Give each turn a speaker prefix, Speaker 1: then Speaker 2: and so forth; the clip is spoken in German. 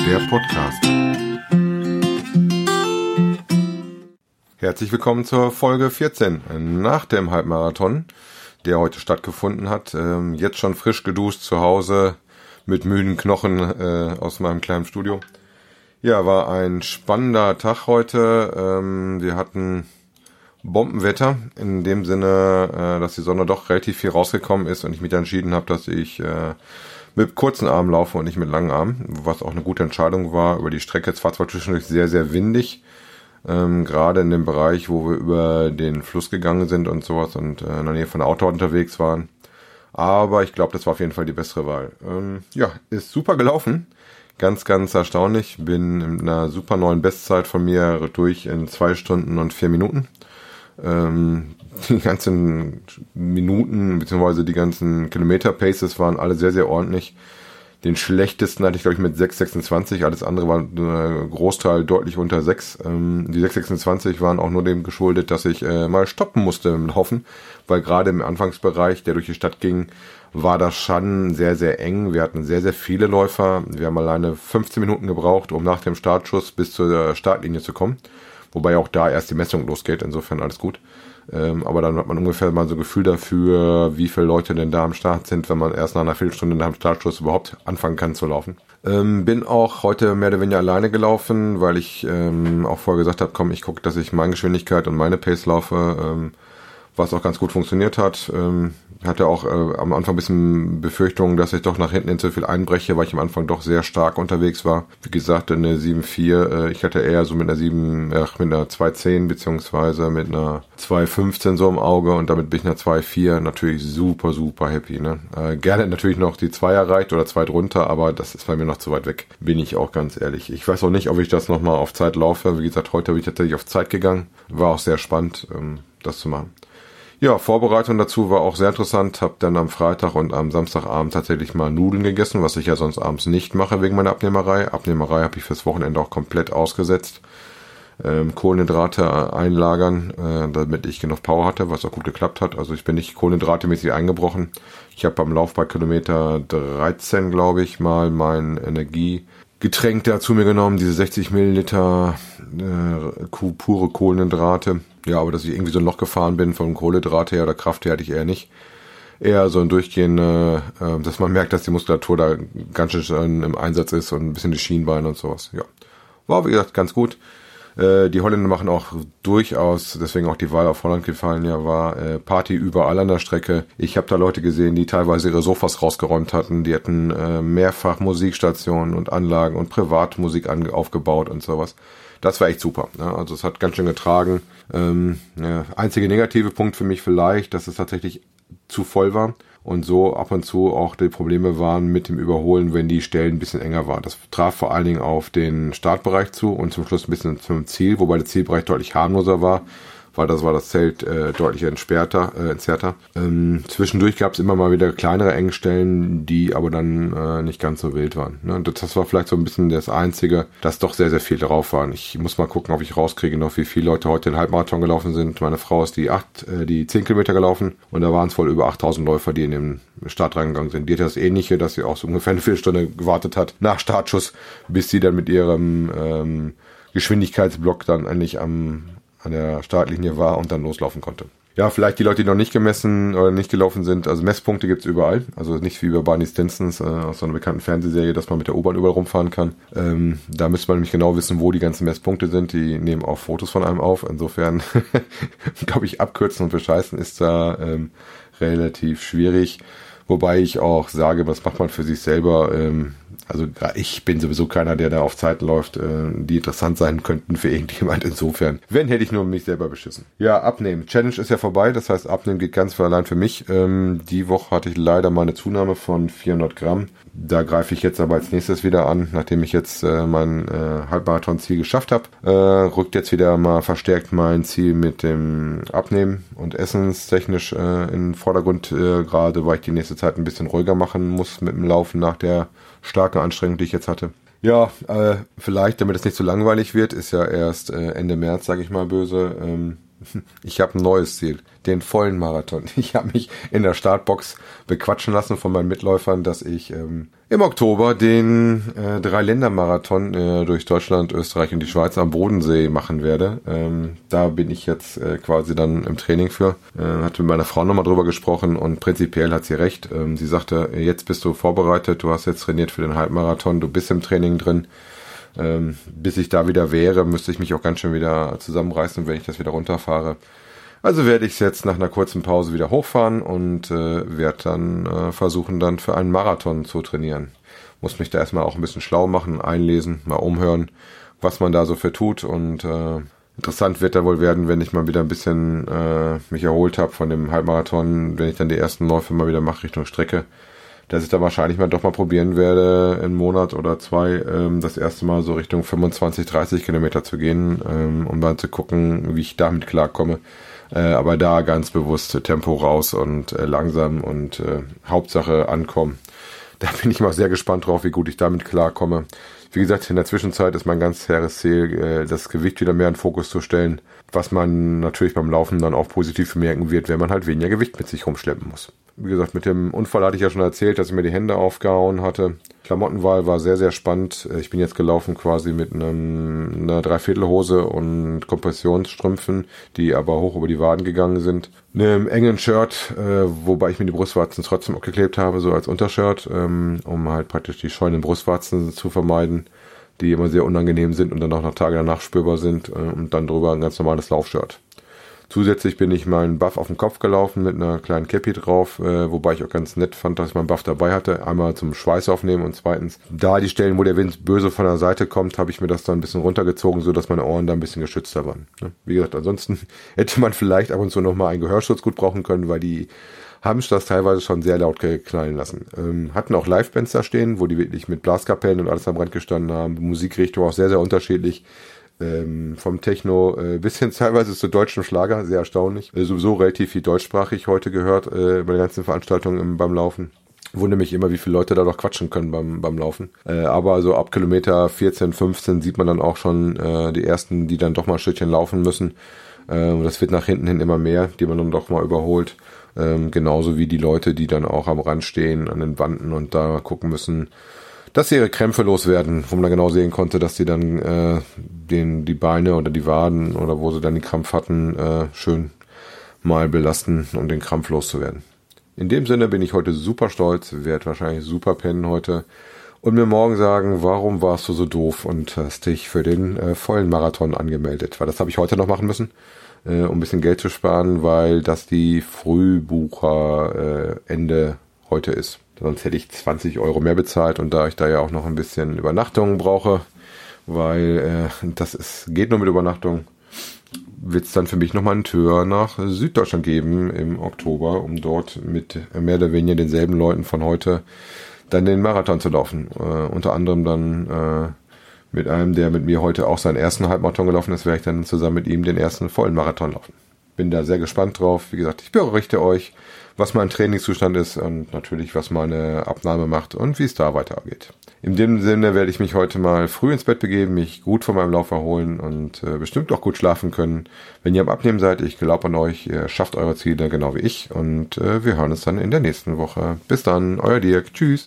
Speaker 1: der Podcast. Herzlich willkommen zur Folge 14 nach dem Halbmarathon, der heute stattgefunden hat. Jetzt schon frisch geduscht zu Hause mit müden Knochen aus meinem kleinen Studio. Ja, war ein spannender Tag heute. Wir hatten Bombenwetter in dem Sinne, dass die Sonne doch relativ viel rausgekommen ist und ich mich dann entschieden habe, dass ich mit kurzen Armen laufe und nicht mit langen Armen, was auch eine gute Entscheidung war über die Strecke. Es war zwar zwischendurch sehr, sehr windig, gerade in dem Bereich, wo wir über den Fluss gegangen sind und sowas und in der Nähe von der Autobahn unterwegs waren, aber ich glaube, das war auf jeden Fall die bessere Wahl. Ja, ist super gelaufen, ganz, ganz erstaunlich, bin in einer super neuen Bestzeit von mir durch in 2 Stunden und 4 Minuten. Die ganzen Minuten bzw. die ganzen Kilometer-Paces waren alle sehr, sehr ordentlich. Den schlechtesten hatte ich, glaube ich, mit 6,26. Alles andere war Großteil deutlich unter 6. Die 6,26 waren auch nur dem geschuldet, dass ich mal stoppen musste im Laufen, weil gerade im Anfangsbereich, der durch die Stadt ging, war das schon sehr, sehr eng. Wir hatten sehr, sehr viele Läufer. Wir haben alleine 15 Minuten gebraucht, um nach dem Startschuss bis zur Startlinie zu kommen. Wobei auch da erst die Messung losgeht, insofern alles gut. Aber dann hat man ungefähr mal so ein Gefühl dafür, wie viele Leute denn da am Start sind, wenn man erst nach einer Viertelstunde nach dem Startschuss überhaupt anfangen kann zu laufen. Bin auch heute mehr oder weniger alleine gelaufen, weil ich auch vorher gesagt habe, komm, ich gucke, dass ich meine Geschwindigkeit und meine Pace laufe, was auch ganz gut funktioniert hat. Hatte auch am Anfang ein bisschen Befürchtungen, dass ich doch nach hinten hin zu viel einbreche, weil ich am Anfang doch sehr stark unterwegs war. Wie gesagt, eine 7,4, ich hatte eher so mit einer 2,10 beziehungsweise mit einer 2,15 so im Auge und damit bin ich einer 2,4 natürlich super, super happy. Ne? Gerne natürlich noch die 2 erreicht oder 2 drunter, aber das ist bei mir noch zu weit weg, bin ich auch ganz ehrlich. Ich weiß auch nicht, ob ich das nochmal auf Zeit laufe. Wie gesagt, heute bin ich tatsächlich auf Zeit gegangen. War auch sehr spannend, das zu machen. Ja, Vorbereitung dazu war auch sehr interessant. Hab dann am Freitag und am Samstagabend tatsächlich mal Nudeln gegessen, was ich ja sonst abends nicht mache wegen meiner Abnehmerei. Abnehmerei habe ich fürs Wochenende auch komplett ausgesetzt. Kohlenhydrate einlagern, damit ich genug Power hatte, was auch gut geklappt hat. Also ich bin nicht kohlenhydratemäßig eingebrochen. Ich habe beim Lauf bei Kilometer 13, glaube ich, mal mein Energiegetränk dazu mir genommen, diese 60 Milliliter pure Kohlenhydrate. Ja, aber dass ich irgendwie so ein Loch gefahren bin vom Kohlenhydrate her oder Kraft her, hatte ich eher nicht. Eher so ein Durchgehen, dass man merkt, dass die Muskulatur da ganz schön im Einsatz ist und ein bisschen die Schienbeine und sowas. Ja, war wie gesagt ganz gut. Die Holländer machen auch durchaus, deswegen auch die Wahl auf Holland gefallen, ja, war Party überall an der Strecke. Ich habe da Leute gesehen, die teilweise ihre Sofas rausgeräumt hatten. Die hatten mehrfach Musikstationen und Anlagen und Privatmusik aufgebaut und sowas. Das war echt super. Ja, also es hat ganz schön getragen. Einzige negative Punkt für mich vielleicht, dass es tatsächlich zu voll war und so ab und zu auch die Probleme waren mit dem Überholen, wenn die Stellen ein bisschen enger waren. Das traf vor allen Dingen auf den Startbereich zu und zum Schluss ein bisschen zum Ziel, wobei der Zielbereich deutlich harmloser war, weil das war das Zelt deutlich entzerrter. Zwischendurch gab es immer mal wieder kleinere Engstellen, die aber dann nicht ganz so wild waren. Ne? Das war vielleicht so ein bisschen das Einzige, dass doch sehr, sehr viel drauf waren. Ich muss mal gucken, ob ich rauskriege noch, wie viele Leute heute den Halbmarathon gelaufen sind. Meine Frau ist die 10 Kilometer gelaufen und da waren es wohl über 8.000 Läufer, die in den Start reingegangen sind. Die hatte das Ähnliche, dass sie auch so ungefähr eine Viertelstunde gewartet hat nach Startschuss, bis sie dann mit ihrem Geschwindigkeitsblock dann endlich an der Startlinie war und dann loslaufen konnte. Ja, vielleicht die Leute, die noch nicht gemessen oder nicht gelaufen sind, also Messpunkte gibt's überall, also nicht wie bei Barney Stinsons aus so einer bekannten Fernsehserie, dass man mit der U-Bahn überall rumfahren kann. Da müsste man nämlich genau wissen, wo die ganzen Messpunkte sind, die nehmen auch Fotos von einem auf, insofern glaube ich, abkürzen und bescheißen ist da relativ schwierig. Wobei ich auch sage, was macht man für sich selber? Also ich bin sowieso keiner, der da auf Zeiten läuft, die interessant sein könnten für irgendjemand. Insofern, wenn, hätte ich nur mich selber beschissen. Ja, Abnehmen. Challenge ist ja vorbei, das heißt, Abnehmen geht ganz allein für mich. Die Woche hatte ich leider mal eine Zunahme von 400 Gramm. Da greife ich jetzt aber als nächstes wieder an, nachdem ich jetzt mein Halbmarathon-Ziel geschafft habe. Rückt jetzt wieder mal verstärkt mein Ziel mit dem Abnehmen und essenstechnisch in den Vordergrund, gerade weil ich die nächste Zeit ein bisschen ruhiger machen muss mit dem Laufen nach der starken Anstrengung, die ich jetzt hatte. Ja, vielleicht, damit es nicht so langweilig wird, ist ja erst Ende März, sage ich mal böse, Ich habe ein neues Ziel, den vollen Marathon. Ich habe mich in der Startbox bequatschen lassen von meinen Mitläufern, dass ich im Oktober den 3-Länder-Marathon durch Deutschland, Österreich und die Schweiz am Bodensee machen werde. Da bin ich jetzt quasi dann im Training für. Hatte mit meiner Frau nochmal drüber gesprochen und prinzipiell hat sie recht. Sie sagte, jetzt bist du vorbereitet, du hast jetzt trainiert für den Halbmarathon, du bist im Training drin. Bis ich da wieder wäre, müsste ich mich auch ganz schön wieder zusammenreißen, wenn ich das wieder runterfahre. Also werde ich es jetzt nach einer kurzen Pause wieder hochfahren und werde dann versuchen, dann für einen Marathon zu trainieren. Muss mich da erstmal auch ein bisschen schlau machen, einlesen, mal umhören, was man da so für tut. Und interessant wird da wohl werden, wenn ich mal wieder ein bisschen mich erholt habe von dem Halbmarathon, wenn ich dann die ersten Läufe mal wieder mache Richtung Strecke, dass ich da wahrscheinlich mal doch mal probieren werde, einen Monat oder zwei das erste Mal so Richtung 25, 30 Kilometer zu gehen, um dann zu gucken, wie ich damit klarkomme. Aber da ganz bewusst Tempo raus und langsam und Hauptsache ankommen. Da bin ich mal sehr gespannt drauf, wie gut ich damit klarkomme. Wie gesagt, in der Zwischenzeit ist mein ganz hehres Ziel, das Gewicht wieder mehr in den Fokus zu stellen, was man natürlich beim Laufen dann auch positiv merken wird, wenn man halt weniger Gewicht mit sich rumschleppen muss. Wie gesagt, mit dem Unfall hatte ich ja schon erzählt, dass ich mir die Hände aufgehauen hatte. Klamottenwahl war sehr, sehr spannend. Ich bin jetzt gelaufen quasi mit einer Dreiviertelhose und Kompressionsstrümpfen, die aber hoch über die Waden gegangen sind. Einem engen Shirt, wobei ich mir die Brustwarzen trotzdem abgeklebt habe, so als Untershirt, um halt praktisch die scheuenden Brustwarzen zu vermeiden, die immer sehr unangenehm sind und dann auch noch Tage danach spürbar sind, und dann drüber ein ganz normales Laufshirt. Zusätzlich bin ich meinen Buff auf den Kopf gelaufen mit einer kleinen Cappy drauf, wobei ich auch ganz nett fand, dass ich meinen Buff dabei hatte. Einmal zum Schweiß aufnehmen und zweitens, da die Stellen, wo der Wind böse von der Seite kommt, habe ich mir das dann ein bisschen runtergezogen, so dass meine Ohren da ein bisschen geschützter waren. Wie gesagt, ansonsten hätte man vielleicht ab und zu nochmal einen Gehörschutz gut brauchen können, weil die Hamsters teilweise schon sehr laut knallen lassen. Hatten auch Livebands da stehen, wo die wirklich mit Blaskapellen und alles am Rand gestanden haben. Musikrichtung auch sehr, sehr unterschiedlich. Vom Techno bis hin teilweise zu deutschen Schlager, sehr erstaunlich. Sowieso relativ viel deutschsprachig heute gehört bei der ganzen Veranstaltung beim Laufen. Wundere mich immer, wie viele Leute da doch quatschen können beim Laufen. Aber so ab Kilometer 14, 15 sieht man dann auch schon die ersten, die dann doch mal ein Stückchen laufen müssen. Das wird nach hinten hin immer mehr, die man dann doch mal überholt. Genauso wie die Leute, die dann auch am Rand stehen, an den Wanden und da gucken müssen, dass sie ihre Krämpfe loswerden, wo man dann genau sehen konnte, dass sie dann die Beine oder die Waden oder wo sie dann den Krampf hatten, schön mal belasten, um den Krampf loszuwerden. In dem Sinne bin ich heute super stolz, werde wahrscheinlich super pennen heute und mir morgen sagen, warum warst du so doof und hast dich für den vollen Marathon angemeldet. Weil das habe ich heute noch machen müssen, um ein bisschen Geld zu sparen, weil das die Frühbucher Ende heute ist. Sonst hätte ich 20 Euro mehr bezahlt und da ich da ja auch noch ein bisschen Übernachtung brauche, weil geht nur mit Übernachtung, wird es dann für mich nochmal einen Tour nach Süddeutschland geben im Oktober, um dort mit mehr oder weniger denselben Leuten von heute dann den Marathon zu laufen. Unter anderem dann mit einem, der mit mir heute auch seinen ersten Halbmarathon gelaufen ist, werde ich dann zusammen mit ihm den ersten vollen Marathon laufen. Bin da sehr gespannt drauf. Wie gesagt, ich berichte euch, was mein Trainingszustand ist und natürlich, was meine Abnahme macht und wie es da weitergeht. In dem Sinne werde ich mich heute mal früh ins Bett begeben, mich gut von meinem Lauf erholen und bestimmt auch gut schlafen können. Wenn ihr am Abnehmen seid, ich glaube an euch, ihr schafft eure Ziele genau wie ich und wir hören uns dann in der nächsten Woche. Bis dann, euer Dirk, tschüss.